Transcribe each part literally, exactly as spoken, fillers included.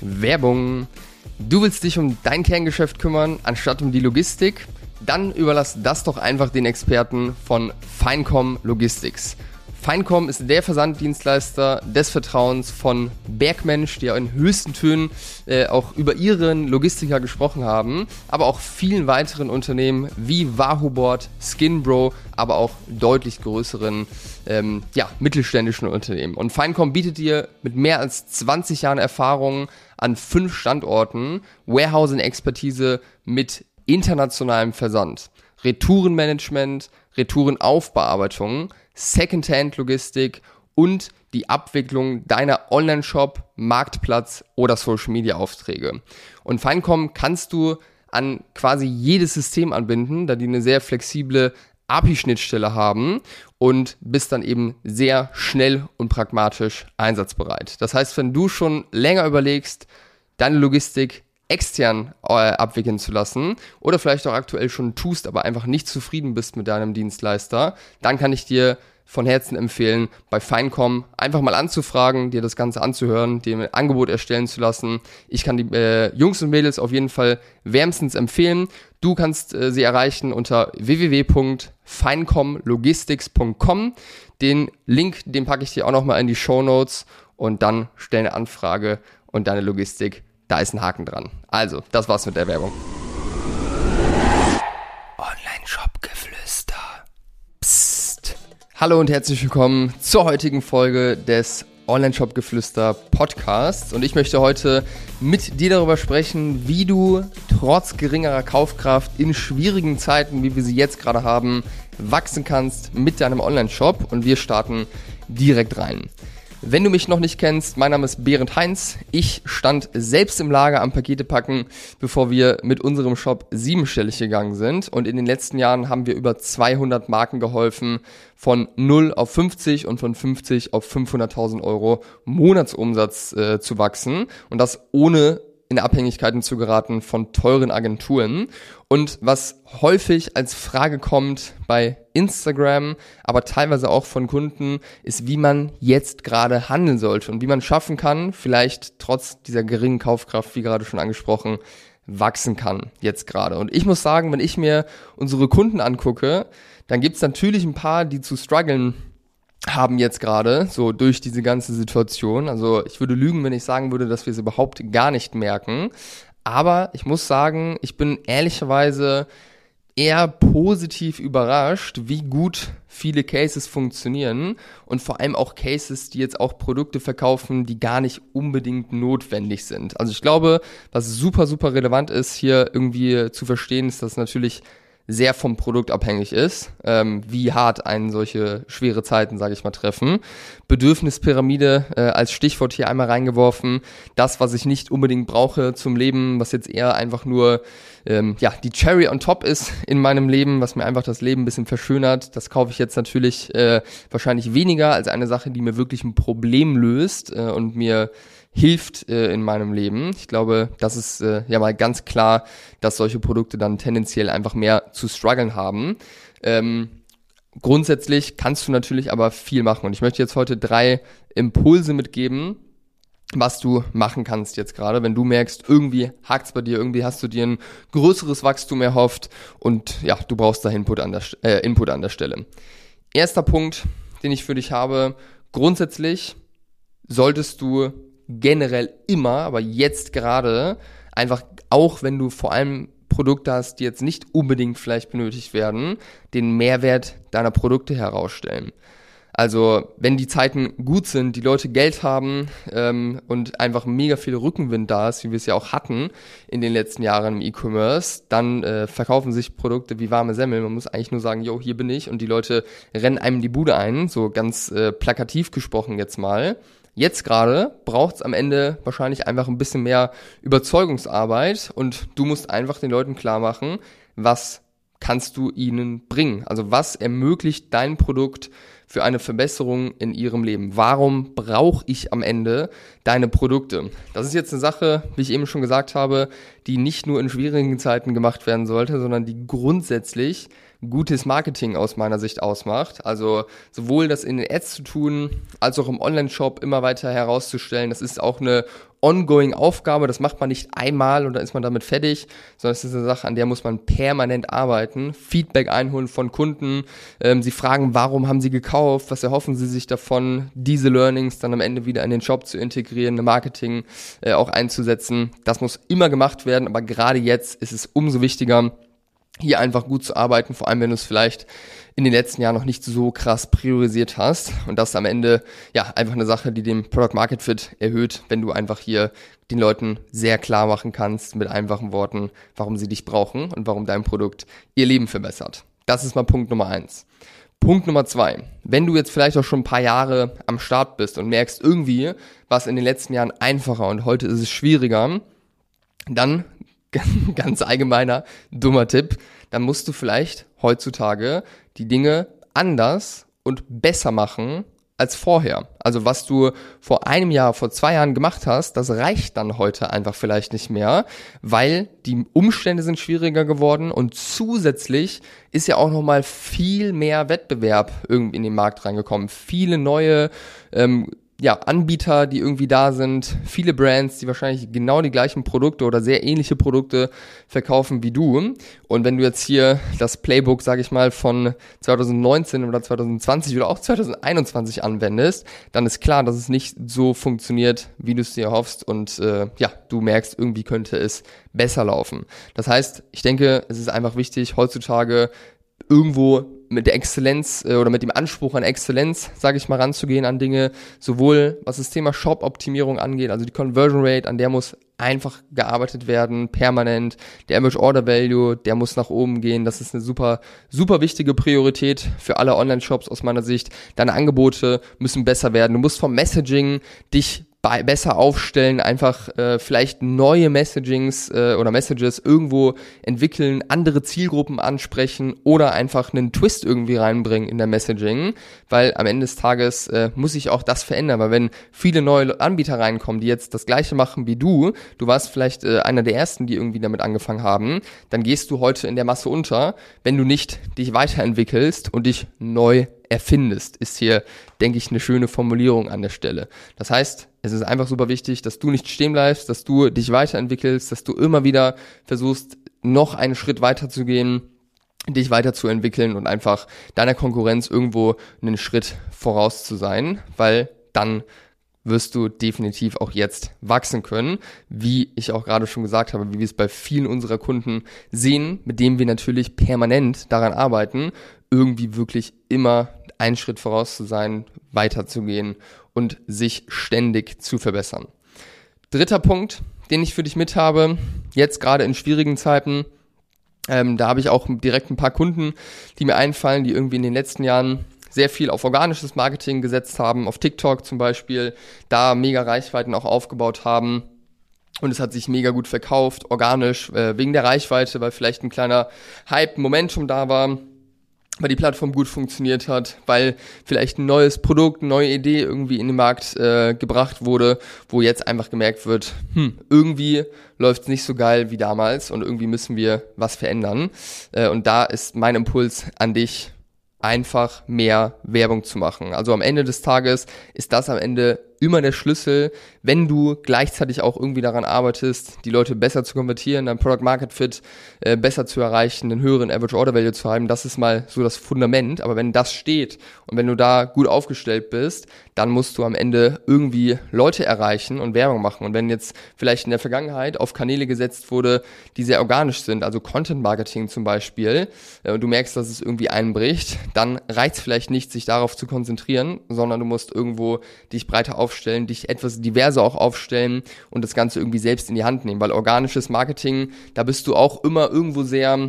Werbung. Du willst dich um dein Kerngeschäft kümmern, anstatt um die Logistik? Dann überlass das doch einfach den Experten von Feincom Logistics. Feincom ist der Versanddienstleister des Vertrauens von Bergmensch, die ja in höchsten Tönen äh, auch über ihren Logistiker gesprochen haben, aber auch vielen weiteren Unternehmen wie Wahuboard, Skinbro, aber auch deutlich größeren ähm, ja, mittelständischen Unternehmen. Und Feincom bietet dir mit mehr als zwanzig Jahren Erfahrung an fünf Standorten Warehousing-Expertise mit internationalem Versand, Retourenmanagement, Retourenaufbearbeitung, Second-Hand-Logistik und die Abwicklung deiner Online-Shop, Marktplatz oder Social-Media-Aufträge. Und Feincom kannst du an quasi jedes System anbinden, da die eine sehr flexible A P I-Schnittstelle haben und bist dann eben sehr schnell und pragmatisch einsatzbereit. Das heißt, wenn du schon länger überlegst, deine Logistik extern äh, abwickeln zu lassen oder vielleicht auch aktuell schon tust, aber einfach nicht zufrieden bist mit deinem Dienstleister, dann kann ich dir von Herzen empfehlen, bei Feincom einfach mal anzufragen, dir das Ganze anzuhören, dir ein Angebot erstellen zu lassen. Ich kann die äh, Jungs und Mädels auf jeden Fall wärmstens empfehlen. Du kannst äh, sie erreichen unter w w w punkt feincom logistics punkt com. Den Link, den packe ich dir auch nochmal in die Shownotes und dann stell eine Anfrage und deine Logistik, da ist ein Haken dran. Also, das war's mit der Werbung. Online-Shop-Geflüster. Psst. Hallo und herzlich willkommen zur heutigen Folge des Online-Shop-Geflüster Podcasts. Und ich möchte heute mit dir darüber sprechen, wie du trotz geringerer Kaufkraft in schwierigen Zeiten, wie wir sie jetzt gerade haben, wachsen kannst mit deinem Online-Shop. Und wir starten direkt rein. Wenn du mich noch nicht kennst, mein Name ist Berend Heinz. Ich stand selbst im Lager am Pakete packen, bevor wir mit unserem Shop siebenstellig gegangen sind. Und in den letzten Jahren haben wir über zweihundert Marken geholfen, von null auf fünfzig und von fünfzig auf fünfhunderttausend Euro Monatsumsatz äh, zu wachsen. Und das ohne in Abhängigkeiten zu geraten von teuren Agenturen. Und was häufig als Frage kommt bei Instagram, aber teilweise auch von Kunden, ist, wie man jetzt gerade handeln sollte und wie man schaffen kann, vielleicht trotz dieser geringen Kaufkraft, wie gerade schon angesprochen, wachsen kann jetzt gerade. Und ich muss sagen, wenn ich mir unsere Kunden angucke, dann gibt es natürlich ein paar, die zu strugglen haben jetzt gerade, so durch diese ganze Situation. Also ich würde lügen, wenn ich sagen würde, dass wir es überhaupt gar nicht merken. Aber ich muss sagen, ich bin ehrlicherweise eher positiv überrascht, wie gut viele Cases funktionieren und vor allem auch Cases, die jetzt auch Produkte verkaufen, die gar nicht unbedingt notwendig sind. Also ich glaube, was super, super relevant ist, hier irgendwie zu verstehen, ist, dass natürlich sehr vom Produkt abhängig ist, ähm, wie hart einen solche schwere Zeiten, sage ich mal, treffen. Bedürfnispyramide äh, als Stichwort hier einmal reingeworfen. Das, was ich nicht unbedingt brauche zum Leben, was jetzt eher einfach nur ähm, ja die Cherry on top ist in meinem Leben, was mir einfach das Leben ein bisschen verschönert. Das kaufe ich jetzt natürlich äh, wahrscheinlich weniger als eine Sache, die mir wirklich ein Problem löst äh, und mir hilft äh, in meinem Leben. Ich glaube, das ist äh, ja mal ganz klar, dass solche Produkte dann tendenziell einfach mehr zu strugglen haben. Ähm, grundsätzlich kannst du natürlich aber viel machen und ich möchte jetzt heute drei Impulse mitgeben, was du machen kannst jetzt gerade, wenn du merkst, irgendwie hakt's bei dir, irgendwie hast du dir ein größeres Wachstum erhofft und ja, du brauchst da Input an der, äh, Input an der Stelle. Erster Punkt, den ich für dich habe, grundsätzlich solltest du generell immer, aber jetzt gerade einfach, auch wenn du vor allem Produkte hast, die jetzt nicht unbedingt vielleicht benötigt werden, den Mehrwert deiner Produkte herausstellen. Also wenn die Zeiten gut sind, die Leute Geld haben ähm, und einfach mega viel Rückenwind da ist, wie wir es ja auch hatten in den letzten Jahren im E-Commerce, dann äh, verkaufen sich Produkte wie warme Semmel. Man muss eigentlich nur sagen, yo, hier bin ich, und die Leute rennen einem die Bude ein, so ganz äh, plakativ gesprochen jetzt mal. Jetzt gerade braucht es am Ende wahrscheinlich einfach ein bisschen mehr Überzeugungsarbeit und du musst einfach den Leuten klar machen, was kannst du ihnen bringen? Also was ermöglicht dein Produkt für eine Verbesserung in ihrem Leben? Warum brauche ich am Ende deine Produkte? Das ist jetzt eine Sache, wie ich eben schon gesagt habe, die nicht nur in schwierigen Zeiten gemacht werden sollte, sondern die grundsätzlich gutes Marketing aus meiner Sicht ausmacht. Also sowohl das in den Ads zu tun, als auch im Online-Shop immer weiter herauszustellen. Das ist auch eine ongoing Aufgabe, das macht man nicht einmal und dann ist man damit fertig, sondern es ist eine Sache, an der muss man permanent arbeiten, Feedback einholen von Kunden, ähm, sie fragen, warum haben sie gekauft, was erhoffen sie sich davon, diese Learnings dann am Ende wieder in den Shop zu integrieren, eine Marketing äh, auch einzusetzen. Das muss immer gemacht werden, aber gerade jetzt ist es umso wichtiger, hier einfach gut zu arbeiten, vor allem wenn du es vielleicht in den letzten Jahren noch nicht so krass priorisiert hast. Und das ist am Ende ja einfach eine Sache, die den Product Market Fit erhöht, wenn du einfach hier den Leuten sehr klar machen kannst mit einfachen Worten, warum sie dich brauchen und warum dein Produkt ihr Leben verbessert. Das ist mal Punkt Nummer eins. Punkt Nummer zwei. Wenn du jetzt vielleicht auch schon ein paar Jahre am Start bist und merkst, irgendwie war es in den letzten Jahren einfacher und heute ist es schwieriger, dann ganz allgemeiner, dummer Tipp, dann musst du vielleicht heutzutage die Dinge anders und besser machen als vorher. Also was du vor einem Jahr, vor zwei Jahren gemacht hast, das reicht dann heute einfach vielleicht nicht mehr, weil die Umstände sind schwieriger geworden und zusätzlich ist ja auch nochmal viel mehr Wettbewerb irgendwie in den Markt reingekommen. Viele neue ähm, ja, Anbieter, die irgendwie da sind, viele Brands, die wahrscheinlich genau die gleichen Produkte oder sehr ähnliche Produkte verkaufen wie du. Und wenn du jetzt hier das Playbook, sage ich mal, von zwanzig neunzehn oder zwanzig zwanzig oder auch zwanzig einundzwanzig anwendest, dann ist klar, dass es nicht so funktioniert, wie du es dir erhoffst und äh, ja, du merkst, irgendwie könnte es besser laufen. Das heißt, ich denke, es ist einfach wichtig, heutzutage irgendwo mit der Exzellenz äh, oder mit dem Anspruch an Exzellenz, sage ich mal, ranzugehen an Dinge, sowohl was das Thema Shop-Optimierung angeht, also die Conversion Rate, an der muss einfach gearbeitet werden, permanent. Der Average Order Value, der muss nach oben gehen. Das ist eine super, super wichtige Priorität für alle Online-Shops aus meiner Sicht. Deine Angebote müssen besser werden. Du musst vom Messaging dich bei, besser aufstellen, einfach äh, vielleicht neue Messagings äh, oder Messages irgendwo entwickeln, andere Zielgruppen ansprechen oder einfach einen Twist irgendwie reinbringen in der Messaging, weil am Ende des Tages äh, muss sich auch das verändern, weil wenn viele neue Anbieter reinkommen, die jetzt das Gleiche machen wie du, du warst vielleicht äh, einer der Ersten, die irgendwie damit angefangen haben, dann gehst du heute in der Masse unter, wenn du nicht dich weiterentwickelst und dich neu erfindest, ist hier, denke ich, eine schöne Formulierung an der Stelle. Das heißt, es ist einfach super wichtig, dass du nicht stehen bleibst, dass du dich weiterentwickelst, dass du immer wieder versuchst, noch einen Schritt weiter zu gehen, dich weiterzuentwickeln und einfach deiner Konkurrenz irgendwo einen Schritt voraus zu sein, weil dann wirst du definitiv auch jetzt wachsen können, wie ich auch gerade schon gesagt habe, wie wir es bei vielen unserer Kunden sehen, mit denen wir natürlich permanent daran arbeiten, irgendwie wirklich immer einen Schritt voraus zu sein, weiterzugehen und sich ständig zu verbessern. Dritter Punkt, den ich für dich mit habe, jetzt gerade in schwierigen Zeiten, ähm, da habe ich auch direkt ein paar Kunden, die mir einfallen, die irgendwie in den letzten Jahren sehr viel auf organisches Marketing gesetzt haben, auf TikTok zum Beispiel, da mega Reichweiten auch aufgebaut haben. Und es hat sich mega gut verkauft, organisch, äh, wegen der Reichweite, weil vielleicht ein kleiner Hype, Momentum da war, weil die Plattform gut funktioniert hat, weil vielleicht ein neues Produkt, eine neue Idee irgendwie in den Markt äh, gebracht wurde, wo jetzt einfach gemerkt wird, hm, irgendwie läuft es nicht so geil wie damals und irgendwie müssen wir was verändern. Äh, und da ist mein Impuls an dich, einfach mehr Werbung zu machen. Also am Ende des Tages ist das am Ende immer der Schlüssel, wenn du gleichzeitig auch irgendwie daran arbeitest, die Leute besser zu konvertieren, dein Product Market Fit äh, besser zu erreichen, einen höheren Average Order Value zu haben. Das ist mal so das Fundament. Aber wenn das steht und wenn du da gut aufgestellt bist, dann musst du am Ende irgendwie Leute erreichen und Werbung machen. Und wenn jetzt vielleicht in der Vergangenheit auf Kanäle gesetzt wurde, die sehr organisch sind, also Content Marketing zum Beispiel, äh, und du merkst, dass es irgendwie einbricht, dann reicht es vielleicht nicht, sich darauf zu konzentrieren, sondern du musst irgendwo dich breiter aufstellen, dich etwas diverser auch aufstellen und das Ganze irgendwie selbst in die Hand nehmen, weil organisches Marketing, da bist du auch immer irgendwo sehr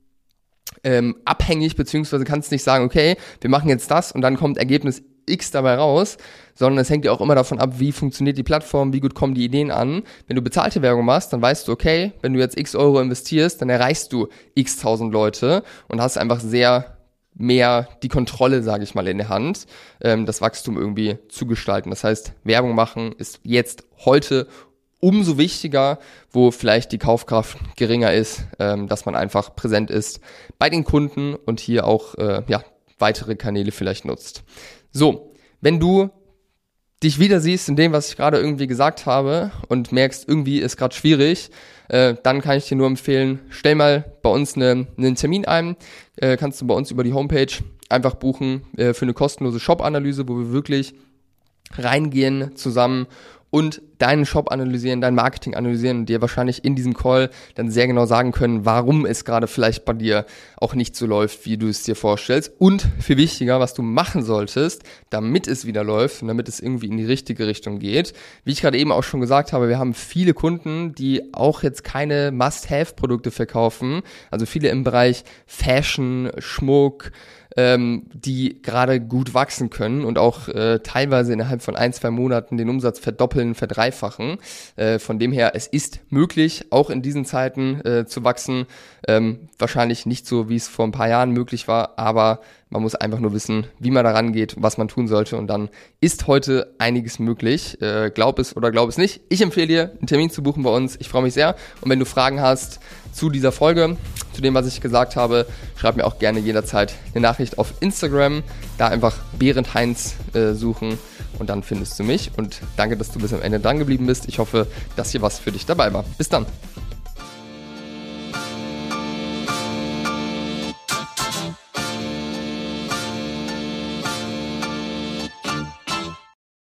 ähm, abhängig, beziehungsweise kannst nicht sagen, okay, wir machen jetzt das und dann kommt Ergebnis X dabei raus, sondern es hängt ja auch immer davon ab, wie funktioniert die Plattform, wie gut kommen die Ideen an. Wenn du bezahlte Werbung machst, dann weißt du, okay, wenn du jetzt X Euro investierst, dann erreichst du X tausend Leute und hast einfach sehr mehr die Kontrolle, sage ich mal, in der Hand, ähm, das Wachstum irgendwie zu gestalten. Das heißt, Werbung machen ist jetzt heute umso wichtiger, wo vielleicht die Kaufkraft geringer ist, ähm, dass man einfach präsent ist bei den Kunden und hier auch äh, ja, weitere Kanäle vielleicht nutzt. So, wenn du dich wieder siehst in dem, was ich gerade irgendwie gesagt habe und merkst, irgendwie ist gerade schwierig, äh, dann kann ich dir nur empfehlen, stell mal bei uns eine, einen Termin ein, äh, kannst du bei uns über die Homepage einfach buchen äh, für eine kostenlose Shop-Analyse, wo wir wirklich reingehen zusammen und deinen Shop analysieren, dein Marketing analysieren und dir wahrscheinlich in diesem Call dann sehr genau sagen können, warum es gerade vielleicht bei dir auch nicht so läuft, wie du es dir vorstellst. Und viel wichtiger, was du machen solltest, damit es wieder läuft und damit es irgendwie in die richtige Richtung geht. Wie ich gerade eben auch schon gesagt habe, wir haben viele Kunden, die auch jetzt keine Must-Have-Produkte verkaufen, also viele im Bereich Fashion, Schmuck, ähm, die gerade gut wachsen können und auch äh, teilweise innerhalb von ein, zwei Monaten den Umsatz verdoppeln, verdreifachen. Äh, von dem her, es ist möglich, auch in diesen Zeiten äh, zu wachsen. Ähm, wahrscheinlich nicht so, wie es vor ein paar Jahren möglich war, aber man muss einfach nur wissen, wie man da rangeht, was man tun sollte und dann ist heute einiges möglich. Äh, glaub es oder glaub es nicht. Ich empfehle dir, einen Termin zu buchen bei uns. Ich freue mich sehr und wenn du Fragen hast zu dieser Folge, zu dem, was ich gesagt habe, schreib mir auch gerne jederzeit eine Nachricht auf Instagram. Da einfach Berend Heinz äh, suchen und dann findest du mich. Und danke, dass du bis am Ende dran geblieben bist. Ich hoffe, dass hier was für dich dabei war. Bis dann.